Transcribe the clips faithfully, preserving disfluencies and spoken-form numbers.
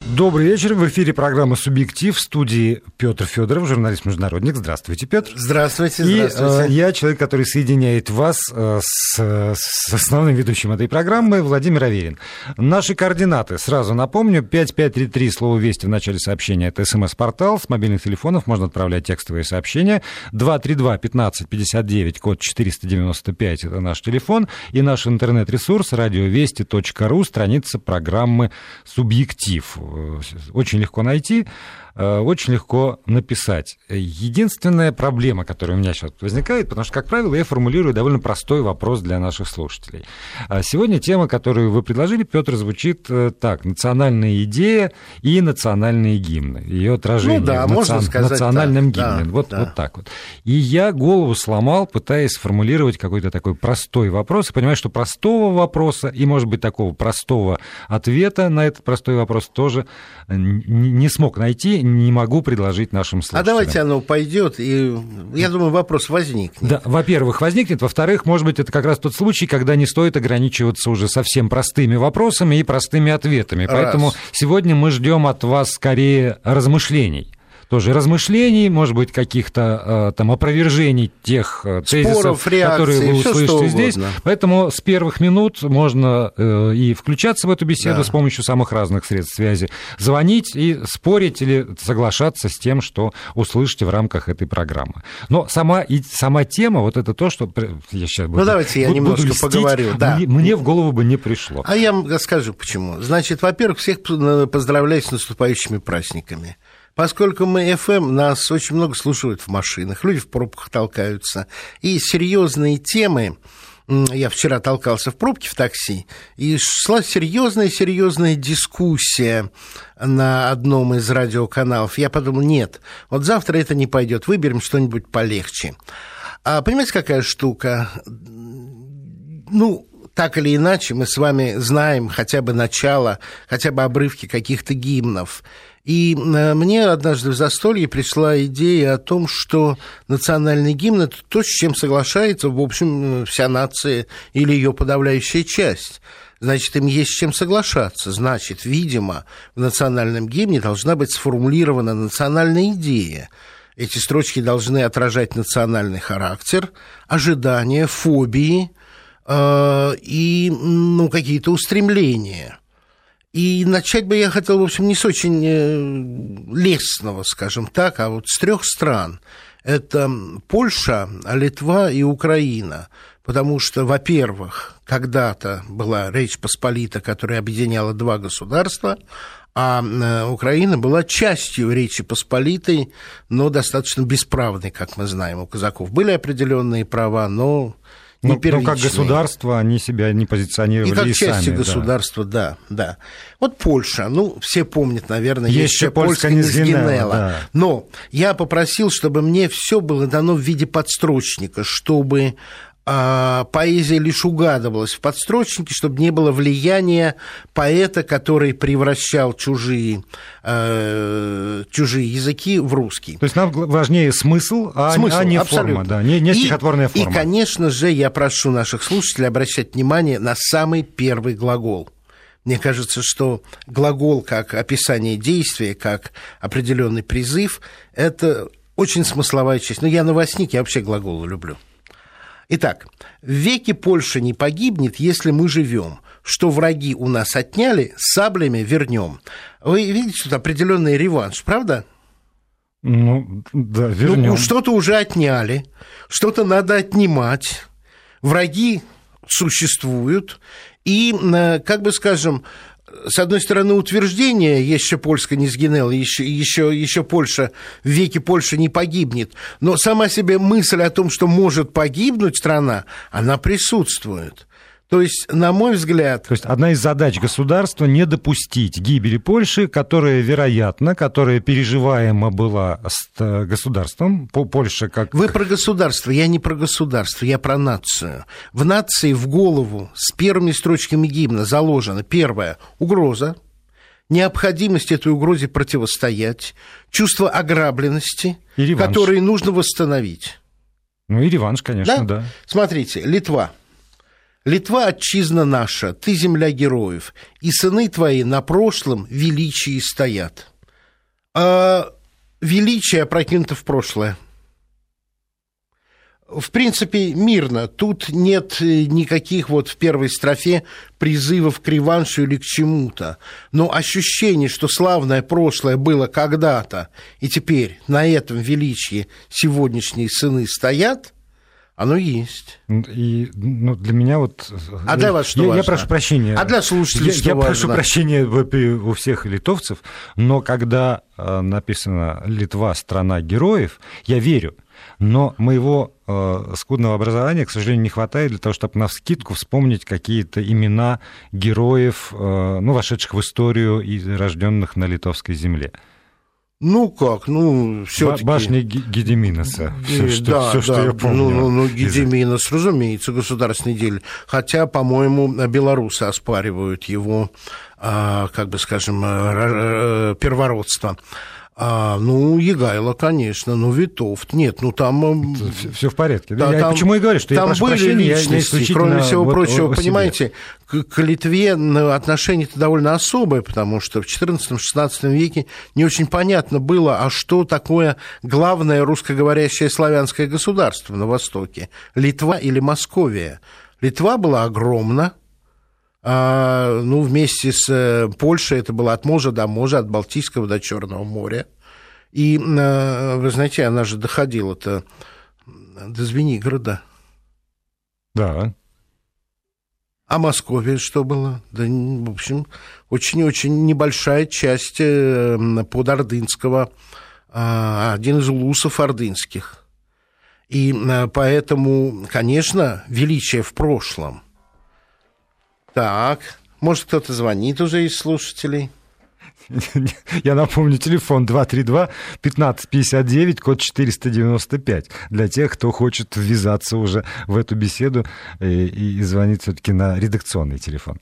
Добрый вечер. В эфире программа «Субъектив». В студии Петр Федоров, журналист-международник. Здравствуйте, Петр. Здравствуйте, И здравствуйте. э, я человек, который соединяет вас э, с, с основным ведущим этой программы, Владимир Аверин. Наши координаты, сразу напомню, пять пять три три, слово «Вести» в начале сообщения. Это СМС-портал. С мобильных телефонов можно отправлять текстовые сообщения. два три два пятнадцать пятьдесят девять, код четыреста девяносто пять, это наш телефон. И наш интернет-ресурс радиовести точка ру, страница программы «Субъектив». Очень легко найти, очень легко написать. Единственная проблема, которая у меня сейчас возникает, потому что, как правило, я формулирую довольно простой вопрос для наших слушателей. Сегодня тема, которую вы предложили, Петр, звучит так: национальная идея и национальные гимны, ее отражение ну, да, в можно наци... сказать, национальном да, гимне. да, вот, да. вот так вот. И я голову сломал, пытаясь сформулировать какой-то такой простой вопрос, и понимаю, что простого вопроса и, может быть, такого простого ответа на этот простой вопрос тоже не смог найти, не могу предложить нашим слушателям. А давайте оно пойдет, и я думаю, вопрос возникнет. Да, во-первых, возникнет, во-вторых, может быть, это как раз тот случай, когда не стоит ограничиваться уже совсем простыми вопросами и простыми ответами. Раз. Поэтому сегодня мы ждем от вас скорее размышлений. Тоже размышлений, может быть, каких-то там опровержений тех тезисов, споров, реакций, которые вы услышите здесь. Угодно. Поэтому с первых минут можно э, и включаться в эту беседу, да, с помощью самых разных средств связи, звонить и спорить или соглашаться с тем, что услышите в рамках этой программы. Но сама, и, сама тема, вот это то, что... Я сейчас буду, ну, давайте я буду, немножко буду льстить, поговорю. Да. Мне, мне в голову бы не пришло. А я вам скажу, почему. Значит, во-первых, всех поздравляю с наступающими праздниками. Поскольку мы эф эм, нас очень много слушают в машинах, люди в пробках толкаются. И серьезные темы... Я вчера толкался в пробке в такси, и шла серьезная-серьезная дискуссия на одном из радиоканалов. Я подумал, нет, вот завтра это не пойдет, выберем что-нибудь полегче. А понимаете, какая штука? Ну... Так или иначе, мы с вами знаем хотя бы начало, хотя бы обрывки каких-то гимнов. И мне однажды в застолье пришла идея о том, что национальный гимн – это то, с чем соглашается, в общем, вся нация или ее подавляющая часть. Значит, им есть с чем соглашаться. Значит, видимо, в национальном гимне должна быть сформулирована национальная идея. Эти строчки должны отражать национальный характер, ожидания, фобии, и, ну, какие-то устремления. И начать бы я хотел, в общем, не с очень лестного, скажем так, а вот с трех стран. Это Польша, Литва и Украина. Потому что, во-первых, когда-то была Речь Посполита, которая объединяла два государства, а Украина была частью Речи Посполитой, но достаточно бесправной, как мы знаем. У казаков были определенные права, но... Ну, ну, как государство они себя не позиционировали и как и части сами, государства, да. да, да. Вот Польша, ну, все помнят, наверное, есть еще польская Низгинела. Да. Но я попросил, чтобы мне все было дано в виде подстрочника, чтобы а, поэзия лишь угадывалась в подстрочнике, чтобы не было влияния поэта, который превращал чужие, э, чужие языки в русский. То есть нам важнее смысл, а, смысл, а не абсолютно. форма, да, не, не и, стихотворная форма. И, конечно же, я прошу наших слушателей обращать внимание на самый первый глагол. Мне кажется, что глагол как описание действия, как определенный призыв, это очень смысловая часть. Но я новостник, я вообще глаголы люблю. Итак, в веке Польша не погибнет, если мы живем. Что враги у нас отняли, саблями вернем. Вы видите, тут определенный реванш, правда? Ну, да, вернем. Ну, что-то уже отняли, что-то надо отнимать. Враги существуют. И, как бы скажем, с одной стороны, утверждение «Еще польская Низгинела», еще, еще, еще Польша, в веке Польша не погибнет, но сама себе мысль о том, что может погибнуть страна, она присутствует. То есть, на мой взгляд... То есть, одна из задач государства — не допустить гибели Польши, которая, вероятно, которая переживаема была с государством, Польша как... Вы про государство, я не про государство, я про нацию. В нации в голову с первыми строчками гимна заложена первая — угроза, необходимость этой угрозе противостоять, чувство ограбленности, которые нужно восстановить. Ну и реванш, конечно, да. да. Смотрите, Литва. Литва, отчизна наша, ты земля героев, и сыны твои на прошлом величии стоят. А величие опрокинуто в прошлое. В принципе, мирно. Тут нет никаких вот в первой строфе призывов к реваншу или к чему-то. Но ощущение, что славное прошлое было когда-то, и теперь на этом величии сегодняшние сыны стоят, оно есть. И ну, для меня вот... А для вас что я, важно? Я прошу прощения. А для слушателей я, что я важно? прошу прощения у всех литовцев, но когда написано «Литва – страна героев», я верю. Но моего э, скудного образования, к сожалению, не хватает для того, чтобы навскидку вспомнить какие-то имена героев, э, ну, вошедших в историю и рожденных на литовской земле. Ну как, ну, все-таки... Башня Гедиминаса, все, что, да, все, да, что я помню. Ну, ну, ну Гедиминас, разумеется, государственный деятель. Хотя, по-моему, белорусы оспаривают его, а, как бы скажем, первородство. А, ну, Егайло, конечно, ну, Витовт, нет, ну, там... Все в порядке. Да, я там, почему и говорю, что я прошу прощения, я не исключительно... Кроме всего вот прочего, о, о понимаете, к, к Литве отношение-то довольно особое, потому что в четырнадцатом-шестнадцатом веке не очень понятно было, а что такое главное русскоговорящее славянское государство на Востоке, Литва или Московия. Литва была огромна. А, ну, вместе с Польшей это было от моря до моря, от Балтийского до Черного моря. И, вы знаете, она же доходила-то до Звенигорода. Да. А Московия что было? Да, в общем, очень-очень небольшая часть подордынского, один из улусов ордынских. И поэтому, конечно, величие в прошлом. Так, может, кто-то звонит уже из слушателей? Я напомню, телефон два три два пятнадцать пятьдесят девять, код четыреста девяносто пять. Для тех, кто хочет ввязаться уже в эту беседу и, и звонить все-таки на редакционный телефон.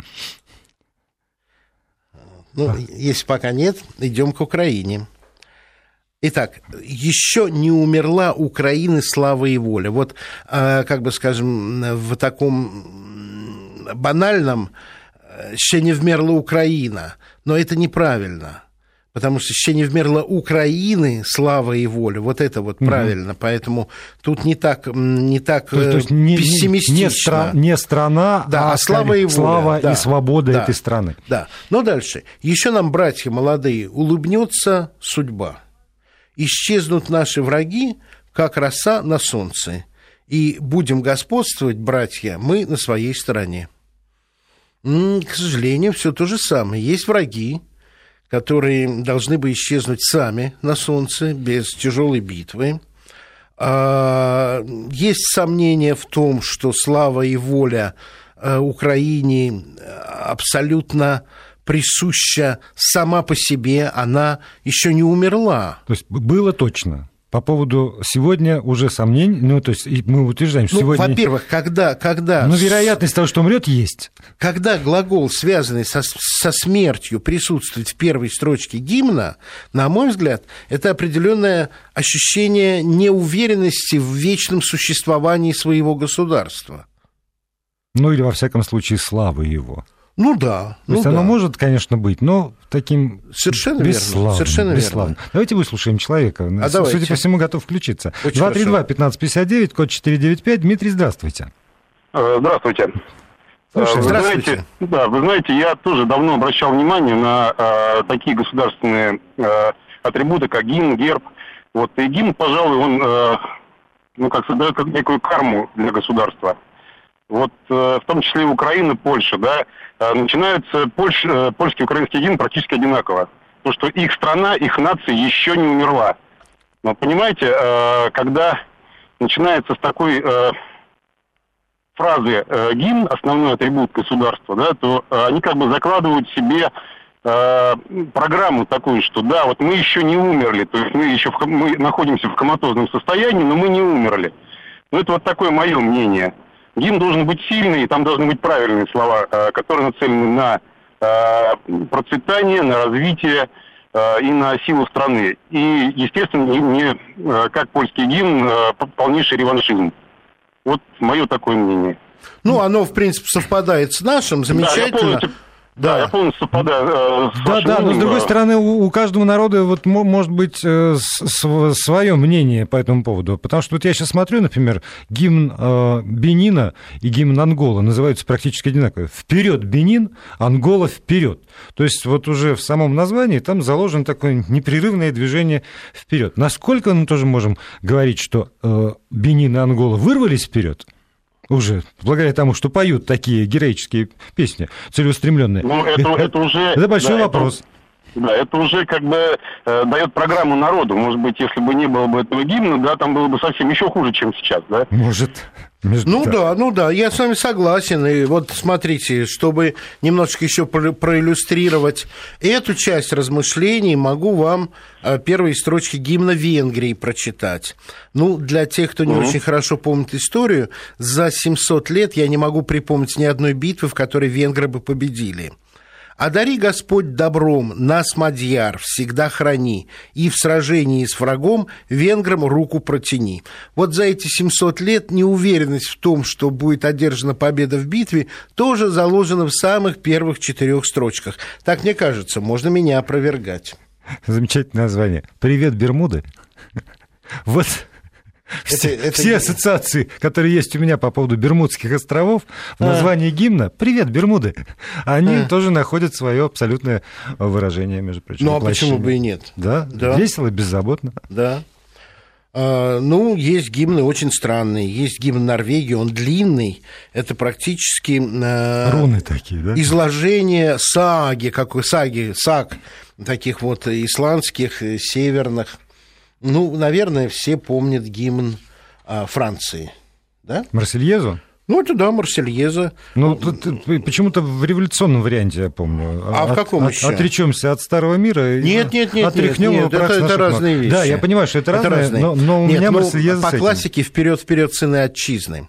Ну, а. Если пока нет, идем к Украине. Итак, еще не умерла Украина слава и воля. Вот, как бы скажем, в таком банальном «ще не вмерла Украина», но это неправильно, потому что «ще не вмерла Украины слава и воля», вот это вот угу. правильно, поэтому тут не так, не так то, то есть пессимистично. Не, стра- не страна, да, а, а слава и воля. Слава да, и свобода да, этой страны. Да, но дальше. Еще нам, братья молодые, улыбнется судьба. Исчезнут наши враги, как роса на солнце. И будем господствовать, братья, мы на своей стороне. К сожалению, все то же самое. Есть враги, которые должны бы исчезнуть сами на солнце, без тяжелой битвы. Есть сомнения в том, что слава и воля Украине абсолютно присуща сама по себе, она еще не умерла. То есть было точно. По поводу сегодня уже сомнений, ну, то есть мы утверждаем, что ну, сегодня... Во-первых, когда... когда ну, вероятность того, что умрет, есть. Когда глагол, связанный со, со смертью, присутствует в первой строчке гимна, на мой взгляд, это определенное ощущение неуверенности в вечном существовании своего государства. Ну, или, во всяком случае, славы его. Ну да. То есть ну оно да. может, конечно, быть, но таким совершенно бесславным. Верно. Совершенно бесславным. верно. Давайте выслушаем человека. А Судя давайте. по всему, готов включиться. Очень два три два пятнадцать пятьдесят девять, код четыреста девяносто пять. Дмитрий, здравствуйте. Здравствуйте. Слушай, вы здравствуйте. Знаете, да, вы знаете, я тоже давно обращал внимание на э, такие государственные э, атрибуты, как гимн, герб. Вот, и гимн, пожалуй, он, э, ну, как создает как некую карму для государства. Вот, э, в том числе и Украина, Польша, да, э, начинаются Польш, э, польский и украинский гимн практически одинаково. Потому что их страна, их нация еще не умерла. Но понимаете, э, когда начинается с такой э, фразы э, гимн, основной атрибут государства, да, то э, они как бы закладывают себе э, программу такую, что да, вот мы еще не умерли, то есть мы еще в, мы находимся в коматозном состоянии, но мы не умерли. Ну, это вот такое мое мнение. Гимн должен быть сильный, и там должны быть правильные слова, э, которые нацелены на э, процветание, на развитие э, и на силу страны. И, естественно, не, не э, как польский гимн, э, полнейший реваншизм. Вот мое такое мнение. Ну, оно, в принципе, совпадает с нашим, замечательно. Да, Да, я полностью совпадаю э, с Да, да, но с другой да. стороны, у, у каждого народа вот, может быть э, с, свое мнение по этому поводу. Потому что вот я сейчас смотрю, например, гимн э, Бенина и гимн Анголы называются практически одинаково. Вперед, Бенин, Ангола вперед. То есть вот уже в самом названии там заложено такое непрерывное движение вперед. Насколько мы тоже можем говорить, что э, Бенин и Ангола вырвались вперед? Уже, благодаря тому, что поют такие героические песни, целеустремленные. Ну, это, это уже... Это большой да, вопрос. Это, да, это уже как бы э, дает программу народу. Может быть, если бы не было бы этого гимна, да, там было бы совсем еще хуже, чем сейчас, да? Может. Между... Ну да, ну да, я с вами согласен. И вот смотрите, чтобы немножечко еще проиллюстрировать эту часть размышлений, могу вам первые строчки гимна Венгрии прочитать. Ну, для тех, кто не mm-hmm. очень хорошо помнит историю, за семьсот лет я не могу припомнить ни одной битвы, в которой венгры бы победили. «Одари, Господь, добром нас, мадьяр, всегда храни, и в сражении с врагом венграм руку протяни». Вот за эти семьсот лет неуверенность в том, что будет одержана победа в битве, тоже заложена в самых первых четырех строчках. Так мне кажется, можно меня опровергать. Замечательное название. «Привет, Бермуды». Вот... Все, это, это... все ассоциации, которые есть у меня по поводу Бермудских островов, в названии а. гимна «Привет, Бермуды», они а. тоже находят свое абсолютное выражение, между прочим. Ну, а почему бы и нет? Да, да. Весело, беззаботно. Да. А, ну, есть гимны очень странные. Есть гимн Норвегии, он длинный. Это практически... А, руны такие, да? Изложение саги, какой саги, саг таких вот исландских, северных. Ну, наверное, все помнят гимн а, Франции, да? Марсельезу? Ну, это да, Марсельеза. Ну, тут, почему-то в революционном варианте, я помню. А от, в каком от, еще? Отречемся от старого мира. Нет, нет, нет, отряхнем нет, нет, это, это разные вещи. Да, я понимаю, что это, это разные, разные, но, но у нет, меня ну, Марсельеза по классике «Вперед, вперед, сыны отчизны».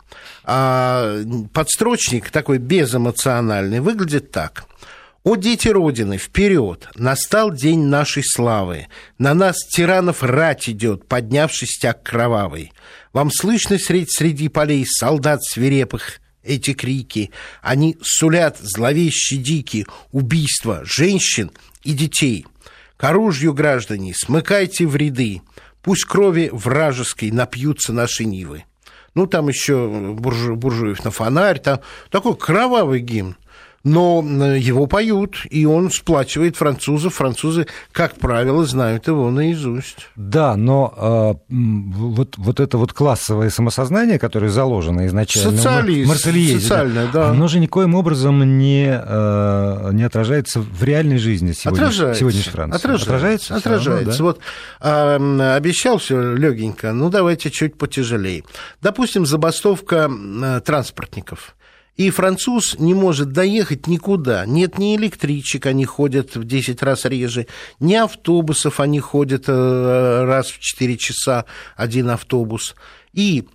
А подстрочник такой безэмоциональный выглядит так. «О, дети Родины, вперед! Настал день нашей славы. На нас, тиранов, рать идет, поднявший стяг кровавый. Вам слышно средь, среди полей солдат свирепых эти крики? Они сулят зловещие дикие убийства женщин и детей. К оружию, граждане, смыкайте в ряды. Пусть крови вражеской напьются наши нивы». Ну, там еще буржу, буржуев на фонарь, там такой кровавый гимн. Но его поют, и он сплачивает французов. Французы, как правило, знают его наизусть. Да, но э, вот, вот это вот классовое самосознание, которое заложено изначально Социалист, в Марсельезе, социальное, да, да, оно же никоим образом не, э, не отражается в реальной жизни сегодняшней, сегодняшней Франции. Отражается. Отражается. отражается. Равно, да? Вот э, обещал все легенько, ну давайте чуть потяжелее. Допустим, забастовка э, транспортников. И француз не может доехать никуда. Нет ни электричек, они ходят в десять раз реже, ни автобусов, они ходят раз в четыре часа один автобус. И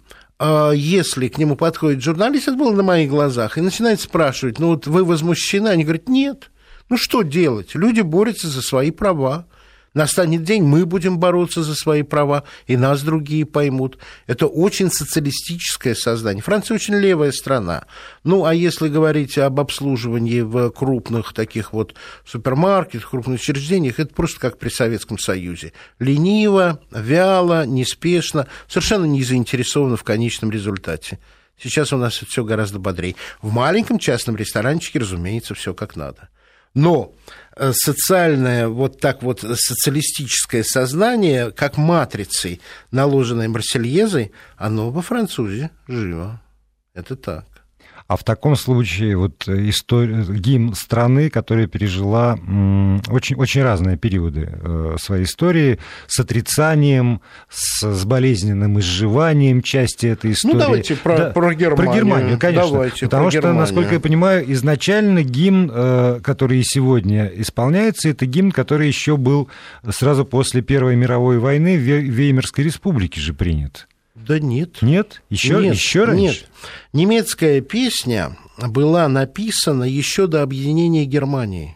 если к нему подходит журналист, это было на моих глазах, и начинает спрашивать, ну вот вы возмущены? Они говорят, нет. Ну что делать? Люди борются за свои права. Настанет день, мы будем бороться за свои права, и нас другие поймут. Это очень социалистическое создание. Франция очень левая страна. Ну, а если говорить об обслуживании в крупных таких вот супермаркетах, крупных учреждениях, это просто как при Советском Союзе. Лениво, вяло, неспешно, совершенно не заинтересовано в конечном результате. Сейчас у нас все гораздо бодрее. В маленьком частном ресторанчике, разумеется, все как надо. Но социальное, вот так вот социалистическое сознание, как матрицей, наложенной Марсельезой, оно во французе живо. Это так. А в таком случае вот история, гимн страны, которая пережила очень, очень разные периоды своей истории, с отрицанием, с, с болезненным изживанием части этой истории. Ну, давайте про, да, про Германию. Про Германию, конечно. Давайте, Потому про что, Германию. насколько я понимаю, изначально гимн, который и сегодня исполняется, это гимн, который еще был сразу после Первой мировой войны в Веймарской республике же принят. Да нет. Нет? Еще, нет, еще раньше? Нет. Немецкая песня была написана еще до объединения Германии.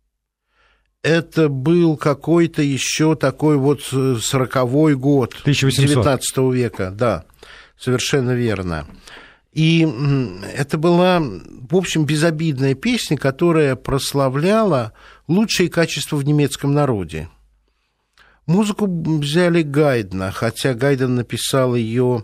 Это был какой-то еще такой вот сороковой год тысяча восемьсот девятнадцатого века. Да, совершенно верно. И это была, в общем, безобидная песня, которая прославляла лучшие качества в немецком народе. Музыку взяли Гайдна, хотя Гайден написал ее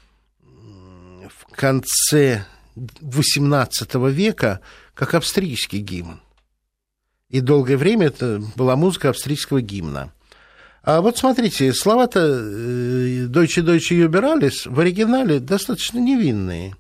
в конце восемнадцатого века как австрийский гимн. И долгое время это была музыка австрийского гимна. А вот смотрите, слова-то «Deutsche, Deutsche über alles» в оригинале достаточно невинные.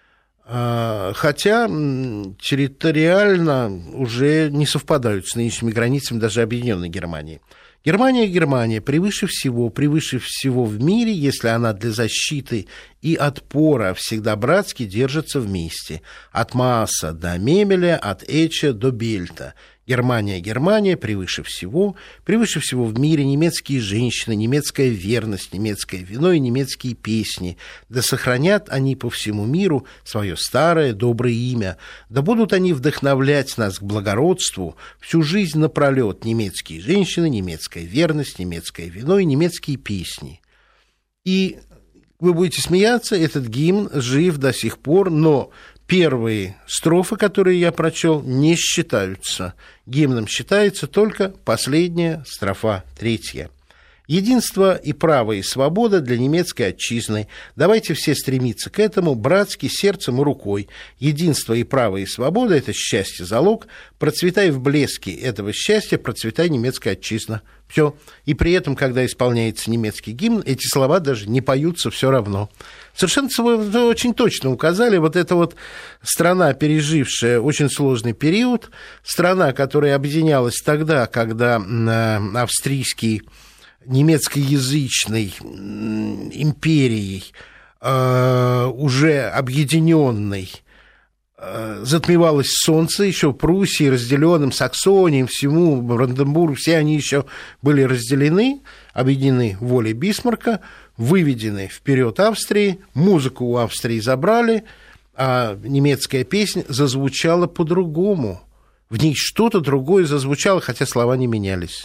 Хотя территориально уже не совпадают с нынешними границами даже Объединенной Германии. Германия, Германия, превыше всего, превыше всего в мире, если она для защиты и отпора всегда братски держится вместе. От Мааса до Мемеля, от Эча до Бельта. Германия, Германия, превыше всего, превыше всего в мире немецкие женщины, немецкая верность, немецкое вино и немецкие песни. Да сохранят они по всему миру свое старое доброе имя. Да будут они вдохновлять нас к благородству всю жизнь напролет. Немецкие женщины, немецкая верность, немецкое вино и немецкие песни. И вы будете смеяться, этот гимн жив до сих пор, но первые строфы, которые я прочел, не считаются. Гимном считается только последняя строфа, третья. Единство и право и свобода для немецкой отчизны. Давайте все стремиться к этому братски, сердцем и рукой. Единство и право и свобода – это счастье залог. Процветай в блеске этого счастья, процветай немецкая отчизна. Все. И при этом, когда исполняется немецкий гимн, эти слова даже не поются все равно. Совершенно вы очень точно указали, вот эта вот страна, пережившая очень сложный период, страна, которая объединялась тогда, когда австрийский немецкоязычной империей, э, уже объединенной, э, затмевалось солнце, еще Пруссии, разделенным Саксонией, всему Бранденбургу, все они еще были разделены, объединены волей Бисмарка, выведены вперед Австрии, музыку у Австрии забрали, а немецкая песня зазвучала по-другому. В ней что-то другое зазвучало, хотя слова не менялись.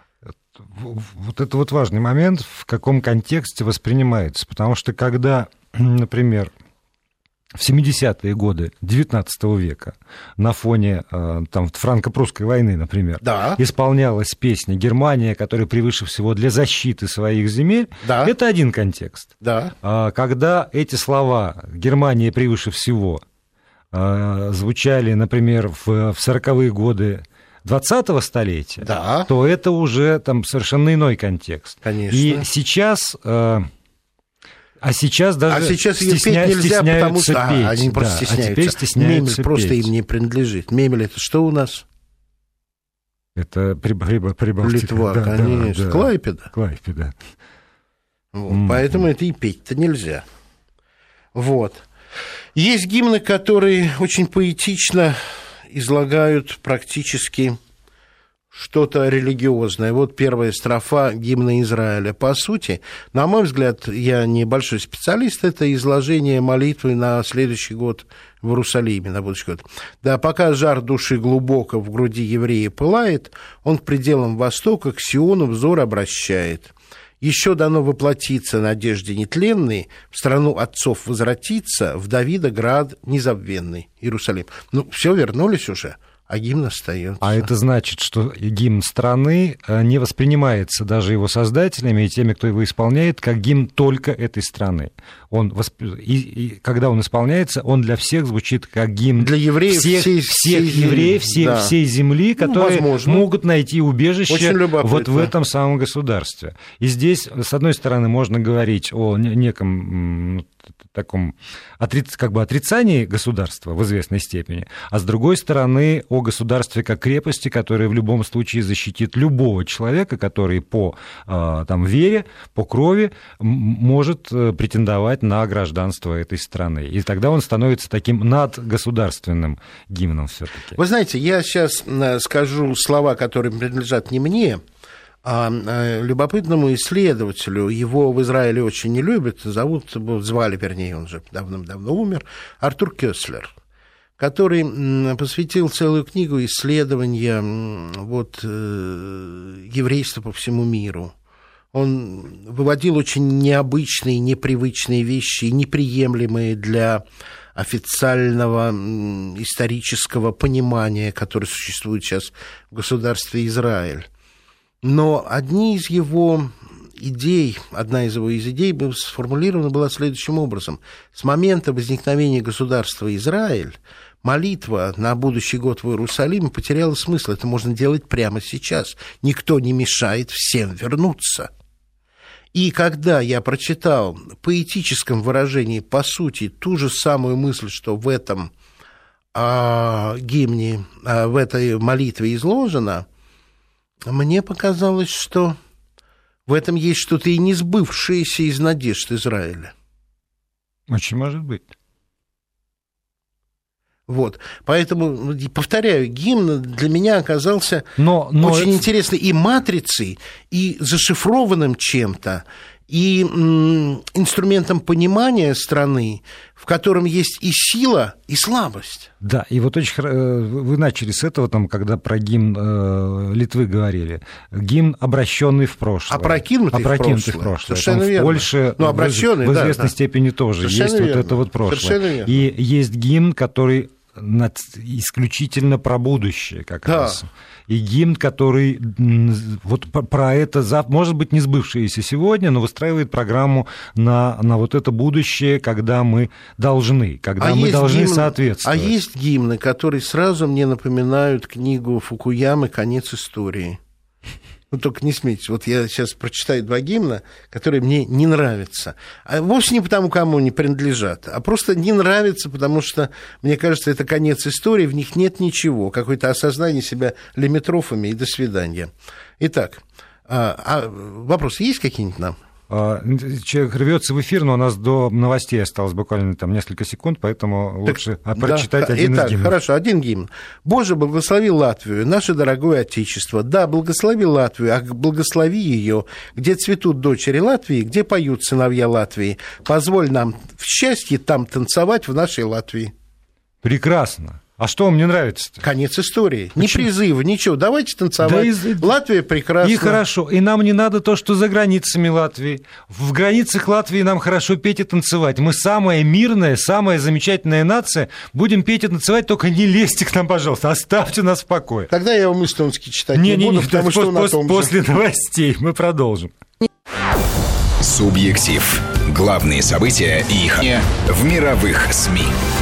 Вот это вот важный момент, в каком контексте воспринимается. Потому что когда, например, в семидесятые годы девятнадцатого века на фоне там, франко-прусской войны, например, да. исполнялась песня «Германия, которая превыше всего для защиты своих земель», да. это один контекст. Да. Когда эти слова «Германия превыше всего» звучали, например, в сороковые годы двадцатого столетия, да. то это уже там совершенно иной контекст. Конечно. И сейчас... А сейчас даже а сейчас ее стесня... петь нельзя, потому что петь. А, они просто да, стесняются. А теперь стесняются Мемель просто петь. Им не принадлежит. Мемель — это что у нас? Это Прибалтика. Литва, да, конечно. Да, Клайпеда. Клайпеда. Вот, mm-hmm. Поэтому это и петь-то нельзя. Вот. Есть гимны, которые очень поэтично излагают практически что-то религиозное. Вот первая строфа гимна Израиля. По сути, на мой взгляд, я не большой специалист, это изложение молитвы на следующий год в Иерусалиме, на будущий год. Да, пока жар души глубоко в груди еврея пылает, он к пределам Востока, к Сиону взор обращает. Еще дано воплотиться надежде нетленной, в страну отцов возвратиться, в Давида град незабвенный, Иерусалим. Ну, все, вернулись уже. А гимн остается. А это значит, что гимн страны не воспринимается даже его создателями и теми, кто его исполняет, как гимн только этой страны. Он восп... и, и когда он исполняется, он для всех звучит как гимн для евреев всех, всей, всех всей евреев, всей, да. всей земли, которые ну, могут найти убежище вот в этом самом государстве. И здесь, с одной стороны, можно говорить о неком таком как бы отрицании государства в известной степени, а с другой стороны о государстве как крепости, которое в любом случае защитит любого человека, который по там, вере, по крови может претендовать на гражданство этой страны. И тогда он становится таким надгосударственным гимном все-таки. Вы знаете, я сейчас скажу слова, которые принадлежат не мне, а любопытному исследователю. Его в Израиле очень не любят, зовут, звали, вернее, он же давным-давно умер, Артур Кёслер, который посвятил целую книгу исследования вот, еврейства по всему миру. Он выводил очень необычные, непривычные вещи, неприемлемые для официального исторического понимания, которое существует сейчас в государстве Израиль. Но одни из его идей, одна из его из идей была сформулирована была следующим образом. С момента возникновения государства Израиль молитва на будущий год в Иерусалиме потеряла смысл. Это можно делать прямо сейчас. Никто не мешает всем вернуться. И когда я прочитал в поэтическом выражении, по сути, ту же самую мысль, что в этом а, гимне, а, в этой молитве изложено, мне показалось, что в этом есть что-то и не сбывшееся из надежд Израиля. Очень может быть. Вот. Поэтому, повторяю, гимн для меня оказался но, но очень это... интересной и матрицей, и зашифрованным чем-то, и м, инструментом понимания страны, в котором есть и сила, и слабость. Да, и вот очень вы начали с этого, там, когда про гимн э, Литвы говорили. Гимн, обращенный в прошлое. Опрокинутый, опрокинутый в прошлое. В прошлое. Совершенно там, верно. В Польше ну, обращенный, в, в известной да, степени да. тоже Совершенно есть верно. Вот это вот прошлое. И есть гимн, который исключительно про будущее как да. раз. И гимн, который вот про это, может быть, не сбывшееся сегодня, но выстраивает программу на, на вот это будущее, когда мы должны, когда а мы должны гимн, соответствовать. А есть гимны, которые сразу мне напоминают книгу Фукуямы «Конец истории». Ну, только не смейтесь, вот я сейчас прочитаю два гимна, которые мне не нравятся. А вовсе не потому, кому они принадлежат, а просто не нравятся, потому что, мне кажется, это конец истории, в них нет ничего, какое-то осознание себя лимитрофами и до свидания. Итак, а, а вопросы есть какие-нибудь нам? Человек рвется в эфир, но у нас до новостей осталось буквально там несколько секунд, поэтому так, лучше прочитать да, один итак, из гимнов. Хорошо, один гимн. «Боже, благослови Латвию, наше дорогое Отечество». Да, благослови Латвию, а благослови ее, где цветут дочери Латвии, где поют сыновья Латвии. Позволь нам в счастье там танцевать в нашей Латвии. Прекрасно. А что вам не нравится-то? Конец истории. Почему? Ни призыва, ничего. Давайте танцевать. Да из... Латвия прекрасна. И хорошо. И нам не надо то, что за границами Латвии. В границах Латвии нам хорошо петь и танцевать. Мы самая мирная, самая замечательная нация. Будем петь и танцевать, только не лезьте к нам, пожалуйста. Оставьте нас в покое. Тогда я вам эстонский читать не, не буду, не, потому что пос- пос- После новостей мы продолжим. Субъектив. Главные события и их в мировых СМИ.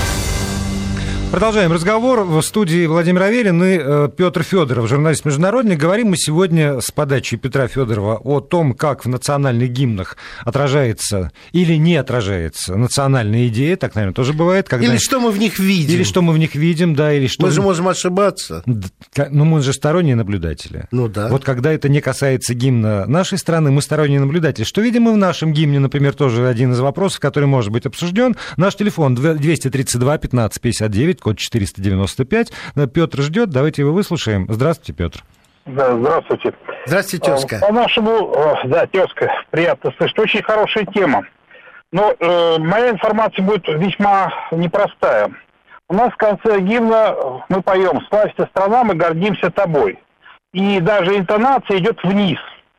Продолжаем разговор. В студии Владимир Аверин и Петр Федоров, журналист-международник. Говорим мы сегодня с подачи Петра Федорова о том, как в национальных гимнах отражается или не отражается национальная идея. Так, наверное, тоже бывает. Когда... Или что мы в них видим. Или что мы в них видим, да. Или что мы же можем ошибаться. Ну, мы же сторонние наблюдатели. Ну да. Вот когда это не касается гимна нашей страны, мы сторонние наблюдатели. Что видим мы в нашем гимне, например, тоже один из вопросов, который может быть обсужден. Наш телефон двести тридцать два пятнадцать пятьдесят девять, код четыреста девяносто пять. Петр ждет, давайте его выслушаем. Здравствуйте, Петр. Да, здравствуйте. Здравствуйте, тезка. По-нашему, да, тезка, приятно слышать. Очень хорошая тема. Но э, моя информация будет весьма непростая. У нас в конце гимна мы поем «Славься, страна, мы гордимся тобой». И даже интонация идет вниз.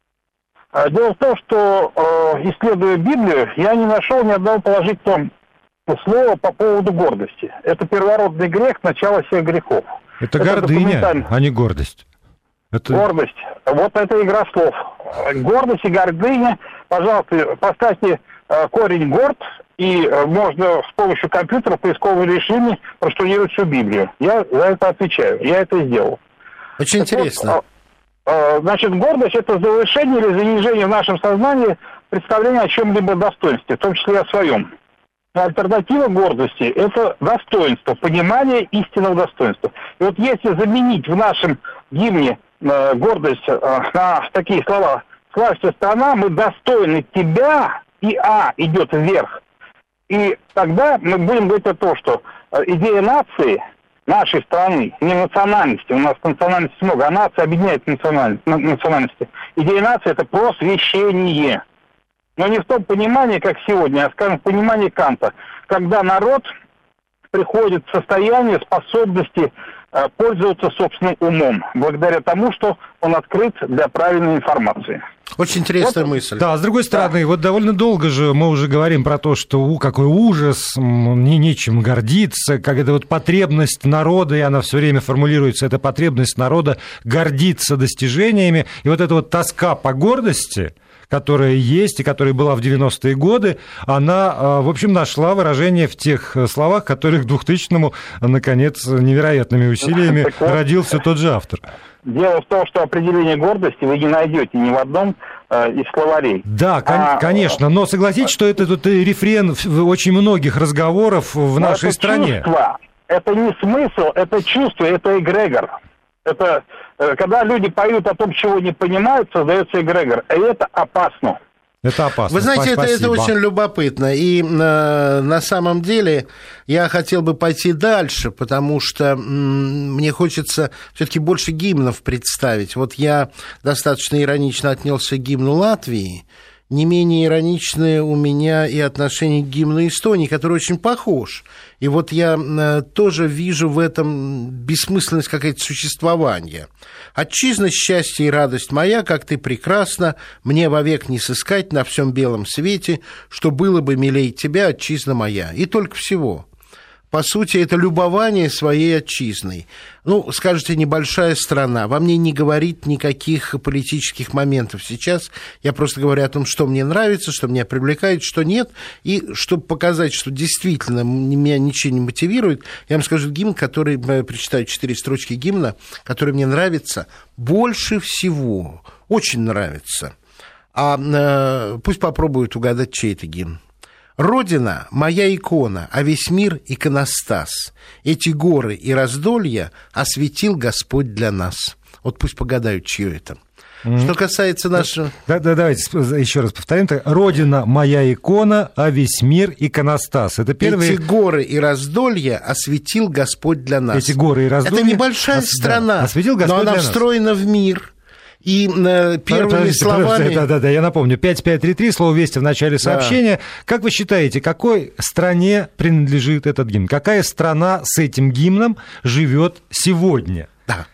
Дело в том, что, э, исследуя Библию, я не нашел ни одного положительного слова по поводу гордости. Это первородный грех, начало всех грехов. Это, это гордыня, а не гордость. Это... Гордость. Вот это игра слов. Гордость и гордыня. Пожалуйста, поставьте э, корень горд, и э, можно с помощью компьютера поискового решения проштудировать всю Библию. Я за это отвечаю. Я это сделал. Очень так интересно. Вот, э, э, значит, гордость – это завышение или занижение в нашем сознании представления о чем-либо достоинстве, в том числе о своем. Альтернатива гордости – это достоинство, понимание истинного достоинства. И вот если заменить в нашем гимне э, гордость э, на такие слова «Славься, страна, мы достойны тебя», и «а» идет вверх, и тогда мы будем говорить о том, что э, идея нации, нашей страны, не национальности, у нас национальности много, а нация объединяет национальности. Идея нации – это просвещение. Но не в том понимании, как сегодня, а, скажем, в понимании Канта, когда народ приходит в состояние способности э, пользоваться собственным умом, благодаря тому, что он открыт для правильной информации. Очень интересная вот, мысль. Да, с другой стороны, да. вот довольно долго же мы уже говорим про то, что у, какой ужас, не нечем гордиться, как это вот потребность народа, и она все время формулируется, это потребность народа гордиться достижениями, и вот эта вот тоска по гордости, которая есть и которая была в девяностые годы, она, в общем, нашла выражение в тех словах, которые к двухтысячному, наконец, невероятными усилиями родился тот же автор. Дело в том, что определение гордости вы не найдете ни в одном э, из словарей. Да, кон- а, конечно, но согласитесь, что это тут рефрен очень многих разговоров в нашей это стране. Чувство, это не смысл, это чувство, это эгрегор. Это э, когда люди поют о том, чего не понимают, создается эгрегор, и это опасно. Это опасно. Вы знаете, это, это очень любопытно. И э, на самом деле я хотел бы пойти дальше, потому что м, мне хочется все-таки больше гимнов представить. Вот я достаточно иронично отнесся к гимну Латвии. Не менее ироничное у меня и отношение к гимну Эстонии, который очень похож. И вот я э, тоже вижу в этом бессмысленность какая-то существования. «Отчизна, счастье и радость моя, как ты прекрасна, мне вовек не сыскать на всем белом свете, что было бы милей тебя, отчизна моя». И только всего. По сути, это любование своей отчизной. Ну, скажете, небольшая страна. Во мне не говорит никаких политических моментов сейчас. Я просто говорю о том, что мне нравится, что меня привлекает, что нет. И чтобы показать, что действительно меня ничего не мотивирует, я вам скажу гимн, который, я прочитаю четыре строчки гимна, который мне нравится больше всего. Очень нравится. А э, пусть попробуют угадать, чей это гимн. «Родина – моя икона, а весь мир – иконостас. Эти горы и раздолья осветил Господь для нас». Вот пусть погадают, чье это. Mm-hmm. Что касается нашего... Да, да, давайте еще раз повторим. «Родина – моя икона, а весь мир – иконостас». Это первые... Эти горы и раздолья осветил Господь для нас. Эти горы и раздолья... Это небольшая ос... страна, да, осветил Господь, но она встроена в мир. И э, первыми подождите, словами... Подождите, да, да, да, я напомню. пять пять три три, слово «Вести» в начале сообщения. Да. Как вы считаете, какой стране принадлежит этот гимн? Какая страна с этим гимном живет сегодня? Да.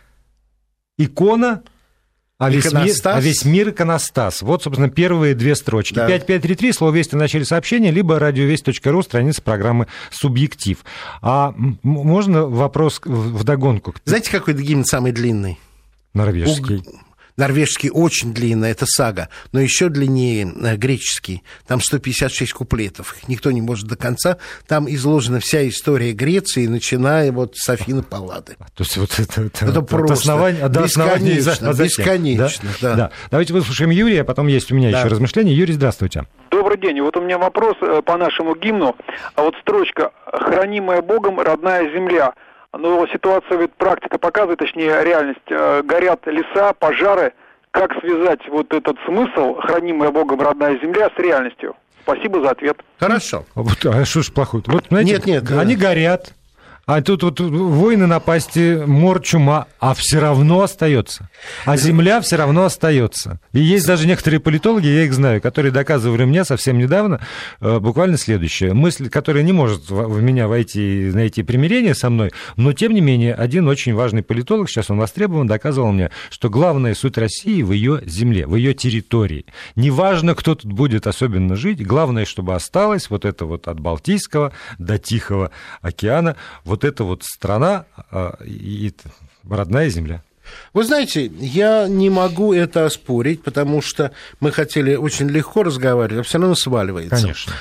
Икона, а весь, мир, а весь мир иконостас. Вот, собственно, первые две строчки. Да. пять пять три три, слово «Вести» в начале сообщения, либо радиовесть точка ру, страница программы «Субъектив». А можно вопрос вдогонку? Знаете, какой гимн самый длинный? Норвежский. У... Норвежский очень длинный, это сага, но еще длиннее греческий. Там сто пятьдесят шесть куплетов, их никто не может до конца. Там изложена вся история Греции, начиная вот с Афины Паллады. То есть вот это, это, это просто основание, да, бесконечно, бесконечно. Да? Да. Да. Давайте выслушаем Юрия, потом есть у меня да. еще размышления. Юрий, здравствуйте. Добрый день. Вот у меня вопрос по нашему гимну. А вот строчка «Хранимая Богом родная земля». Но ситуация, ведь практика показывает, точнее реальность, горят леса, пожары. Как связать вот этот смысл, хранимая Богом родная земля, с реальностью? Спасибо за ответ. Хорошо. А что ж плохое? Вот, знаете, нет, нет, они да. горят, а тут вот войны, напасти, мор, чума, а все равно остается. А земля все равно остается. И есть даже некоторые политологи, я их знаю, которые доказывали мне совсем недавно буквально следующее. Мысль, которая не может в меня войти и найти примирение со мной, но, тем не менее, один очень важный политолог, сейчас он востребован, доказывал мне, что главная суть России в ее земле, в ее территории. Неважно, кто тут будет особенно жить, главное, чтобы осталось вот это вот от Балтийского до Тихого океана, вот эта вот страна и родная земля. Вы знаете, я не могу это оспорить, потому что мы хотели очень легко разговаривать, а все равно сваливается. Конечно.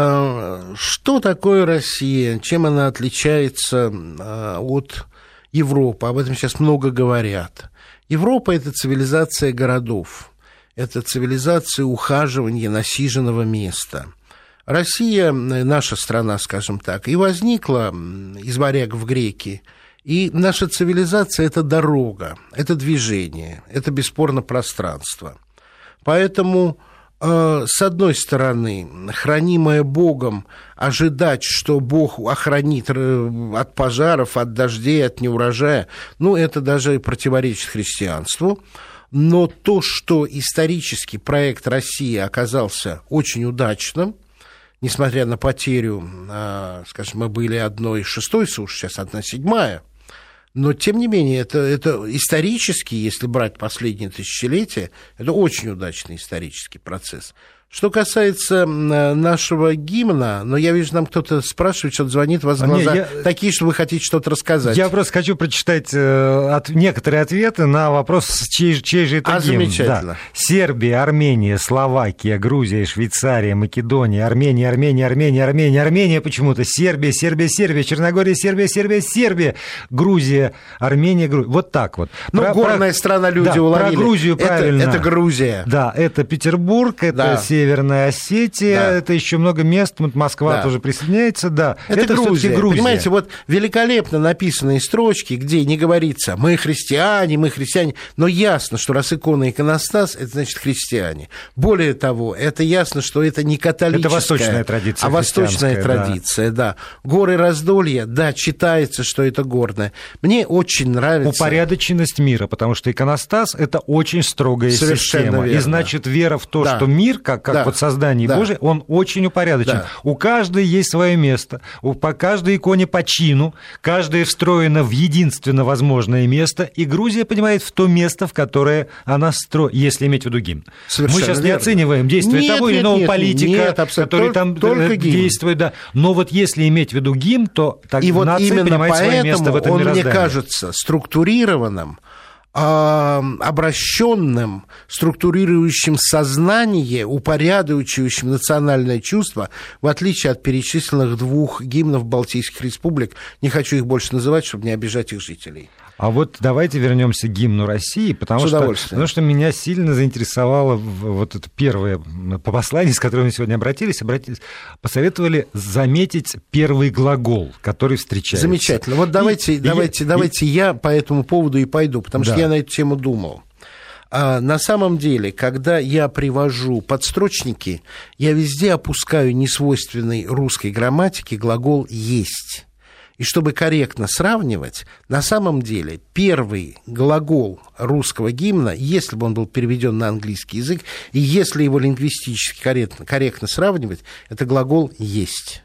Что такое Россия? Чем она отличается от Европы? Об этом сейчас много говорят. Европа – это цивилизация городов, это цивилизация ухаживания насиженного места. Россия, наша страна, скажем так, и возникла из варяг в греки. И наша цивилизация – это дорога, это движение, это бесспорно пространство. Поэтому, э, с одной стороны, хранимое Богом, ожидать, что Бог охранит от пожаров, от дождей, от неурожая, ну, это даже противоречит христианству. Но то, что исторически проект России оказался очень удачным, несмотря на потерю, скажем, мы были одной шестой суши, сейчас одна седьмая, Но, тем не менее, это, это исторически, если брать последние тысячелетия, это очень удачный исторический процесс. Что касается нашего гимна, но я вижу, нам кто-то спрашивает, что-то звонит, у вас глаза не, я... такие, что вы хотите что-то рассказать. Я просто хочу прочитать э, от, некоторые ответы на вопрос, чей, чей же это а, гимн. Замечательно. Да. Сербия, Армения, Словакия, Грузия, Швейцария, Македония, Армения, Армения, Армения, Армения, Армения почему-то, Сербия, Сербия, Сербия, Черногория, Сербия, Сербия, Сербия, Грузия, Армения, Грузия. Вот так вот. Ну, про, горная про... страна люди да, уловили. Про Грузию это, правильно. Это Грузия. Да, это Петербург, это да. Северная Осетия, да. это еще много мест, Москва да. тоже присоединяется, да. Это, это Грузия. Грузия. Понимаете, вот великолепно написанные строчки, где не говорится «мы христиане, мы христиане», но ясно, что раз икона иконостас, это значит христиане. Более того, это ясно, что это не католическая, это восточная традиция, а восточная традиция, да. да. Горы раздолья, да, читается, что это горная. Мне очень нравится... Упорядоченность мира, потому что иконостас — это очень строгая Совершенно система. Верно. И значит, вера в то, да. что мир, как, как да. вот создание да. Божие, он очень упорядочен. Да. У каждой есть свое место, у, по каждой иконе по чину, каждая встроена в единственно возможное место, и Грузия понимает в то место, в которое она строит, если иметь в виду гимн. Совершенно Мы сейчас верно. не оцениваем действия нет, того или нет, иного нет, политика, нет, который там только действует. Да. Но вот если иметь в виду гимн, то так и вот нация именно понимает свое место в этом он, мироздании. Мне кажется, структурированным, обращенным, структурирующим сознание, упорядочивающим национальное чувство, в отличие от перечисленных двух гимнов Балтийских республик. Не хочу их больше называть, чтобы не обижать их жителей. А вот давайте вернемся к гимну России, потому что, потому что меня сильно заинтересовало вот это первое послание, с которым мы сегодня обратились, обратились, посоветовали заметить первый глагол, который встречается. Замечательно. Вот давайте, и, давайте, и, давайте и... я по этому поводу и пойду, потому да. что я на эту тему думал. А на самом деле, когда я привожу подстрочники, я везде опускаю несвойственный русской грамматике глагол «есть». И чтобы корректно сравнивать, на самом деле первый глагол русского гимна, если бы он был переведен на английский язык, и если его лингвистически корректно, корректно сравнивать, это глагол «есть».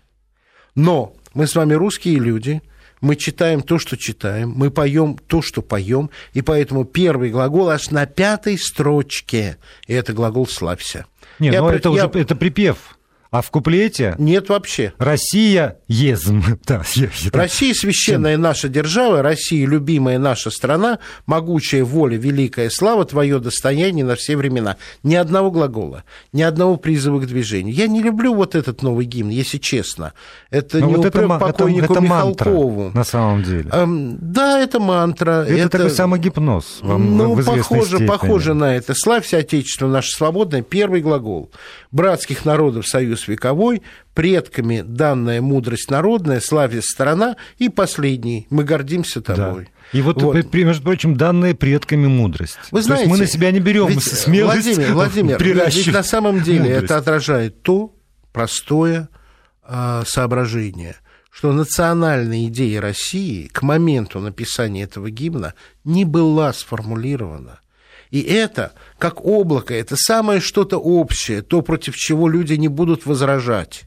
Но мы с вами русские люди, мы читаем то, что читаем, мы поем то, что поем, и поэтому первый глагол аж на пятой строчке, и это глагол «славься». Нет, я, но это я... уже это припев. А в куплете? Нет вообще. Россия езм. Да, Россия священная наша держава, Россия любимая наша страна, могучая воля, великая слава, твое достояние на все времена. Ни одного глагола, ни одного призыва к движению. Я не люблю вот этот новый гимн, если честно. Это но не вот упрек это, покойнику это, это Михалкову. Мантра, на самом деле. Эм, да, это мантра. Это, это такой самогипноз. Вам ну, в похоже, степени. похоже на это. Славься, Отечество наше свободное, первый глагол. Братских народов союз вековой, предками данная мудрость народная, славе страна, и последний, мы гордимся тобой. Да. И вот, вот, между прочим, данная предками мудрость. Вы знаете, то есть мы на себя не берем ведь, смелость. Владимир, Владимир ведь на самом деле мудрость. Это отражает то простое э, соображение, что национальная идея России к моменту написания этого гимна не была сформулирована. И это, как облако, это самое что-то общее, то, против чего люди не будут возражать.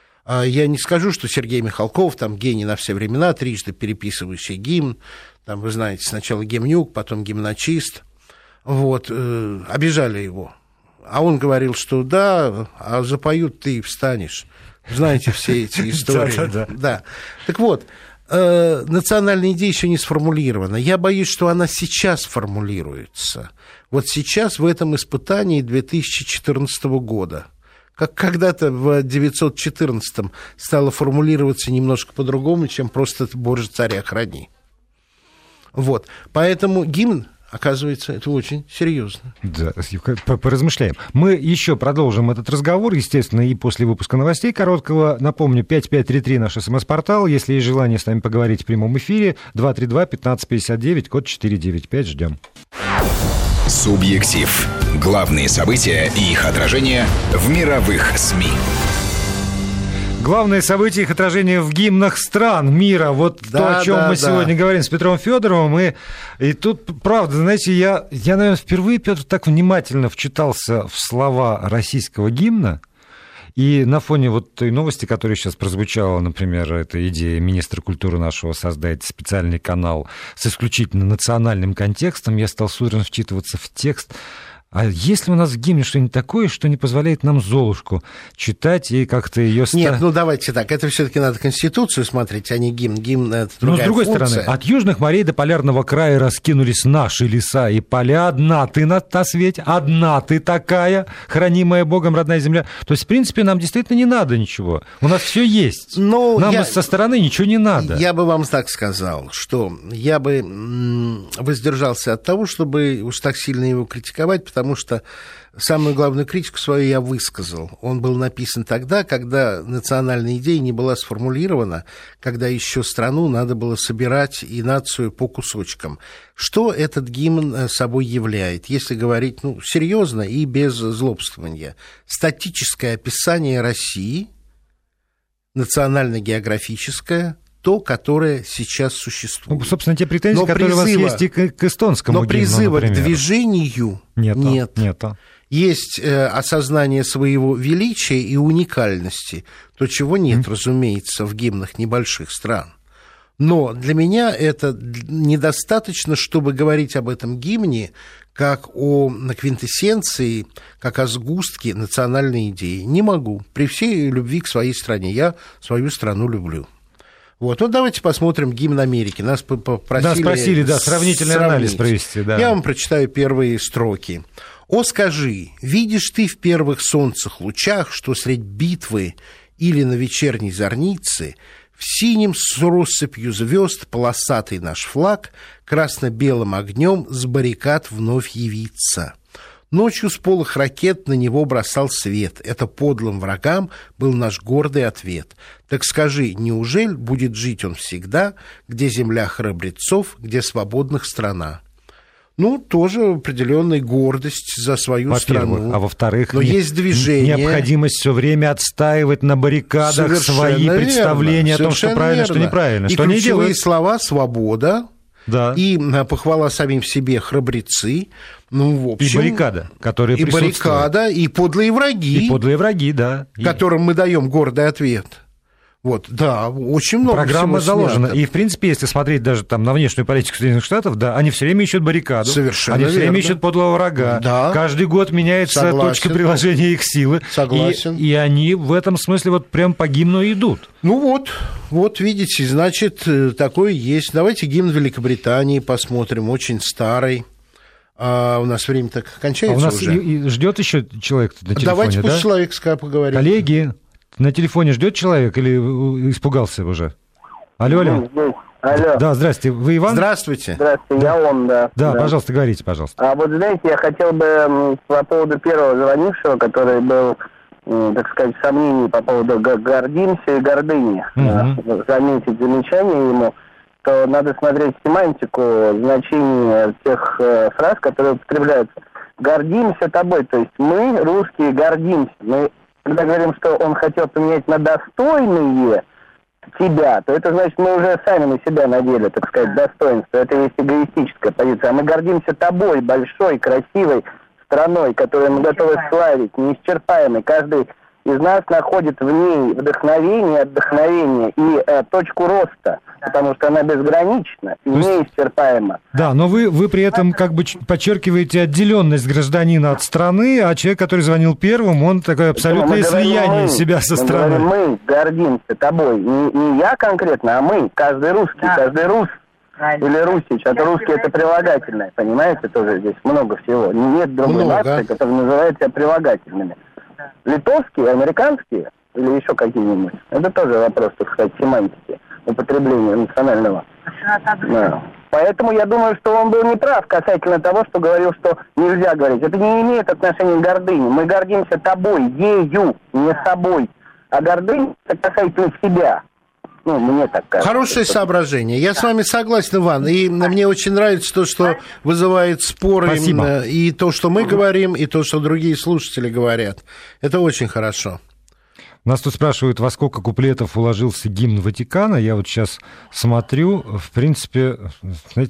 Я не скажу, что Сергей Михалков, там, гений на все времена, трижды переписывающий гимн, там, вы знаете, сначала гимнюк, потом гимночист, вот, э, обижали его. А он говорил, что да, а запоют ты и встанешь. Знаете все эти истории. Да. Так вот, национальная идея еще не сформулирована. Я боюсь, что она сейчас формулируется. Вот сейчас в этом испытании две тысячи четырнадцатого года. Как когда-то в девятьсот четырнадцатом стало формулироваться немножко по-другому, чем просто «Боже, царя храни». Вот. Поэтому гимн, оказывается, это очень серьезно. Да, поразмышляем. Мы еще продолжим этот разговор, естественно, и после выпуска новостей короткого. Напомню, пять пять три три наш смс-портал. Если есть желание с нами поговорить в прямом эфире, два три два пятнадцать пятьдесят девять, код четыре девять пять. Ждем. Субъектив. Главные события и их отражение в мировых СМИ. Главные события, их отражение в гимнах стран мира. Вот да, то, о чем да, мы да. сегодня говорим с Петром Федоровым. И, и тут, правда, знаете, я, я, наверное, впервые, Петр, так внимательно вчитался в слова российского гимна. И на фоне вот той новости, которая сейчас прозвучала, например, эта идея министра культуры нашего создать специальный канал с исключительно национальным контекстом, я стал судорожно вчитываться в текст. А есть ли у нас в гимне что-нибудь такое, что не позволяет нам Золушку читать и как-то ее... Ста... Нет, ну давайте так, это все-таки надо Конституцию смотреть, а не гимн. Гимн — это другая Но с другой функция. стороны, от южных морей до полярного края раскинулись наши леса и поля. Одна ты на, на свете, одна ты такая, хранимая Богом родная земля. То есть, в принципе, нам действительно не надо ничего. У нас все есть. Но нам я... со стороны ничего не надо. Я бы вам так сказал, что я бы воздержался от того, чтобы уж так сильно его критиковать, потому что самую главную критику свою я высказал. Он был написан тогда, когда национальная идея не была сформулирована, когда еще страну надо было собирать и нацию по кусочкам. Что этот гимн собой являет, если говорить ну, серьезно и без злобствования? Статическое описание России, национально-географическое, то, которое сейчас существует. Ну, собственно, те претензии, но которые призыва, у вас есть и к, к эстонскому но гимну, призыва например. к движению нет. нет. нет. Есть э, осознание своего величия и уникальности, то, чего нет, mm. разумеется, в гимнах небольших стран. Но для меня это недостаточно, чтобы говорить об этом гимне как о квинтэссенции, как о сгустке национальной идеи. Не могу. При всей любви к своей стране. Я свою страну люблю. Вот, ну давайте посмотрим гимн Америки. Нас попросили... Да, спросили, да, сравнительный сравнить. анализ провести, да. Я вам прочитаю первые строки. «О, скажи, видишь ты в первых солнцах лучах, что средь битвы или на вечерней зорнице в синем с россыпью звезд полосатый наш флаг красно-белым огнем с баррикад вновь явится». Ночью с полых ракет на него бросал свет. Это подлым врагам был наш гордый ответ. Так скажи, неужели будет жить он всегда, где земля храбрецов, где свободных страна? Ну, тоже определенная гордость за свою страну. А во-вторых, но не, есть движение. Необходимость все время отстаивать на баррикадах совершенно свои верно, представления о том, что правильно, верно. что неправильно. И что ключевые они делают? слова «свобода», да. и похвала самим себе «храбрецы». Ну, в общем, и баррикада, которые и присутствуют. И баррикада, и подлые враги. И подлые враги, да. Которым мы даем гордый ответ. Вот, да, очень много Программа всего заложена. снято. И, в принципе, если смотреть даже там на внешнюю политику Соединенных Штатов, да, они все время ищут баррикаду. Совершенно Они все верно. время ищут подлого врага. Да. Каждый год меняется Согласен. точка приложения их силы. Согласен. И, и они в этом смысле вот прям по гимну идут. Ну вот, вот видите, значит, такое есть. Давайте гимн Великобритании посмотрим, очень старый. А у нас время так кончается а у нас уже. И, и ждет еще человек на телефоне, Давайте пусть да? человек с поговорит. Коллеги, на телефоне ждет человек или испугался уже? Алло, алло. Алло. Да, здрасте. Вы Иван? Здравствуйте. Здравствуйте, я он, да. Да, да, пожалуйста, говорите, пожалуйста. А вот, знаете, я хотел бы по поводу первого звонившего, который был, так сказать, в сомнении по поводу гордимся и гордыни, угу. заметить замечание ему, то надо смотреть семантику, значение тех фраз, которые употребляются. Гордимся тобой, то есть мы, русские, гордимся. Мы, когда говорим, что он хотел поменять на достойные тебя, то это значит, мы уже сами на себя надели, так сказать, достоинство. Это есть эгоистическая позиция. А мы гордимся тобой, большой, красивой страной, которую мы готовы славить, неисчерпаемой. Каждый из нас находит в ней вдохновение, отдохновение и э, точку роста, потому что она безгранична и есть... неисчерпаема. Да, но вы, вы при этом как бы подчеркиваете отделенность гражданина от страны, а человек, который звонил первым, он такое абсолютное слияние мы, себя со мы страной. Говорим, мы гордимся тобой, не, не я конкретно, а мы, каждый русский, да. каждый рус. Или русич, а русский это прилагательное, понимаете, тоже здесь много всего. Нет другой много. нации, которая называет себя прилагательными. Литовские, американские или еще какие-нибудь, это тоже вопрос, так сказать, семантики, употребления национального. Да. Поэтому я думаю, что он был неправ касательно того, что говорил, что нельзя говорить. Это не имеет отношения к гордыне. Мы гордимся тобой, ею, не собой. А гордыня это касательно себя. Ну, мне так кажется. Хорошее что... соображение. Я с вами согласен, Иван. И мне очень нравится то, что вызывает споры. Спасибо. И то, что мы говорим, и то, что другие слушатели говорят. Это очень хорошо. Нас тут спрашивают, во сколько куплетов уложился гимн Ватикана. Я вот сейчас смотрю, в принципе, знаете,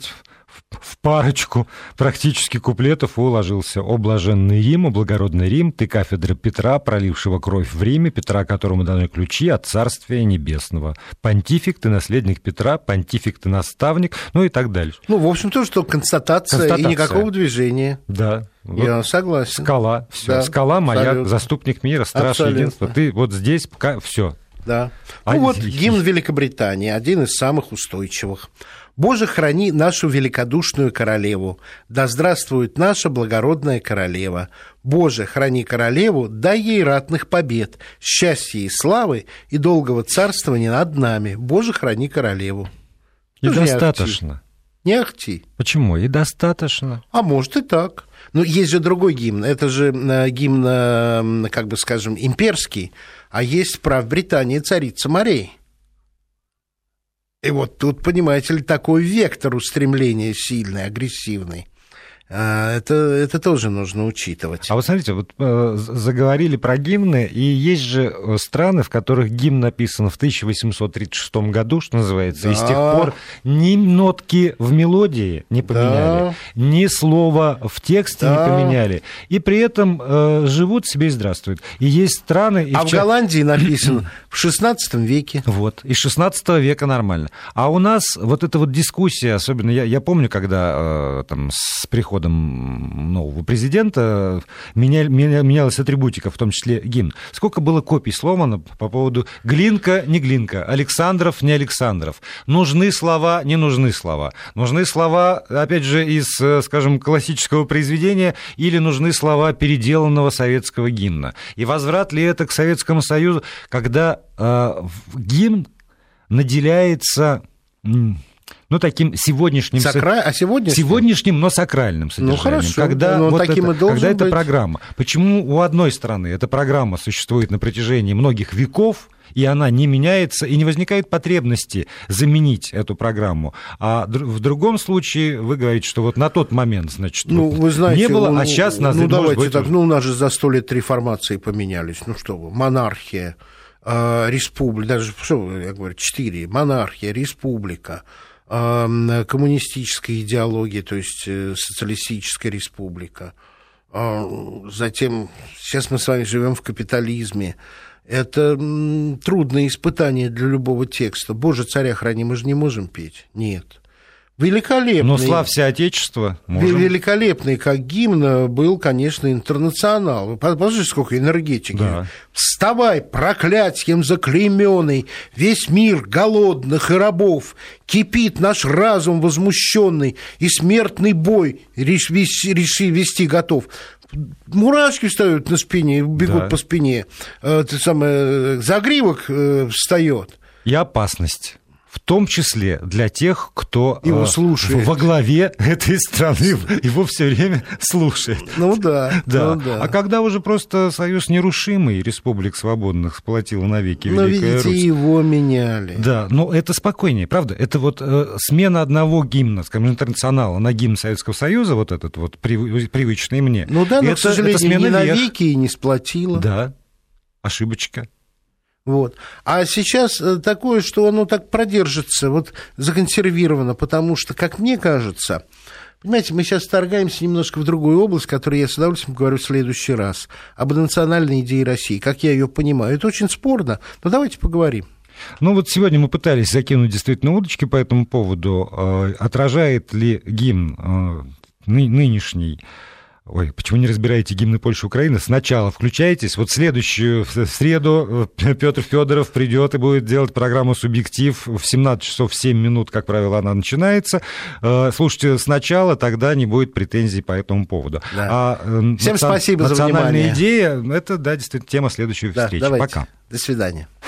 в парочку практически куплетов уложился. «О блаженный Рим, о благородный Рим, ты кафедра Петра, пролившего кровь в Риме, Петра, которому даны ключи от Царствия Небесного. Понтифик, ты наследник Петра, понтифик, ты наставник», ну и так далее. Ну, в общем, то, что констатация, констатация. И никакого движения. Да. Вот я согласен. Скала, все. Да, скала, маяк, абсолютно. Заступник мира, страж Абсолютно. Единства. Ты вот здесь, все. Да. А ну вот гимн Великобритании, один из самых устойчивых. «Боже, храни нашу великодушную королеву, да здравствует наша благородная королева. Боже, храни королеву, дай ей ратных побед, счастья и славы и долгого царствования над нами. Боже, храни королеву». И Тоже достаточно. Не ахти. Почему? И достаточно. А может и так. Но есть же другой гимн. Это же гимн, как бы скажем, имперский. А есть в Британии царица морей. И вот тут, понимаете ли, такой вектор устремления сильный, агрессивный. Это, это тоже нужно учитывать. А вот смотрите, вот э, заговорили про гимны, и есть же страны, в которых гимн написан в тысяча восемьсот тридцать шестом году, что называется, да. И с тех пор ни нотки в мелодии не поменяли, да. Ни слова в тексте да. не поменяли, и при этом э, живут себе и здравствуют. И есть страны... И а в, в Голландии написано в шестнадцатом веке. Вот, и шестнадцатого века нормально. А у нас вот эта вот дискуссия, особенно я, я помню, когда э, там с приходом нового президента меня, меня, менялась атрибутика, в том числе гимн. Сколько было копий сломано по поводу Глинка, не Глинка, Александров, не Александров. Нужны слова, не нужны слова. Нужны слова, опять же, из, скажем, классического произведения или нужны слова переделанного советского гимна. И возврат ли это к Советскому Союзу, когда э, гимн наделяется... Ну, таким сегодняшним... Сакра... А сегодняшним? Сегодняшним, но сакральным содержанием. Ну, хорошо. Когда, но вот таким это, и должен когда быть. Это программа. Почему у одной страны эта программа существует на протяжении многих веков, и она не меняется, и не возникает потребности заменить эту программу. А в другом случае вы говорите, что вот на тот момент, значит, ну, вот вы знаете, не было, ну, а сейчас нас... Ну, давайте быть... так, ну, у нас же за сто лет реформации поменялись. Ну, что вы, монархия, э, республика, даже, что я говорю, четыре, монархия, республика, коммунистическая идеология, то есть социалистическая республика. Затем, сейчас мы с вами живем в капитализме. Это трудное испытание для любого текста. «Боже, царя храни», мы же не можем петь. Нет. Великолепный. Но славься Отечество. Можем. Великолепный, как гимн, был, конечно, «Интернационал». Вы посмотрите, сколько энергетики. Да. «Вставай, проклятьем заклеймённый, весь мир голодных и рабов, кипит наш разум возмущенный, и смертный бой реши, реши вести готов». Мурашки встают на спине, бегут да. по спине. Это самое, загривок встает. И опасность. В том числе для тех, кто его слушает. Во главе этой страны, его все время слушает. Ну да, да. Ну, да. А когда уже просто Союз нерушимый, Республик Свободных сплотила навеки но, Великая видите, Русь. Его меняли. Да, но это спокойнее, правда? Это вот э, смена одного гимна, скажем, «Интернационала» на гимн Советского Союза, вот этот вот прив... привычный мне. Ну да, но, это, к сожалению, это смена не вверх. навеки и не сплотила. Да, ошибочка. Вот. А сейчас такое, что оно так продержится, вот законсервировано, потому что, как мне кажется, понимаете, мы сейчас вторгаемся немножко в другую область, которую я с удовольствием говорю в следующий раз, об национальной идее России, как я ее понимаю. Это очень спорно, но давайте поговорим. Ну вот сегодня мы пытались закинуть действительно удочки по этому поводу. Отражает ли гимн нынешний... Ой, почему не разбираете гимны Польши и Украины? Сначала включайтесь. Вот следующую в среду Петр Федоров придет и будет делать программу «Субъектив» в семнадцать часов семь минут, как правило, она начинается. Слушайте сначала, тогда не будет претензий по этому поводу. Да. А Всем наци... спасибо за внимание. Национальная идея — это, да, действительно, тема следующей да, встречи. Давайте. Пока. До свидания.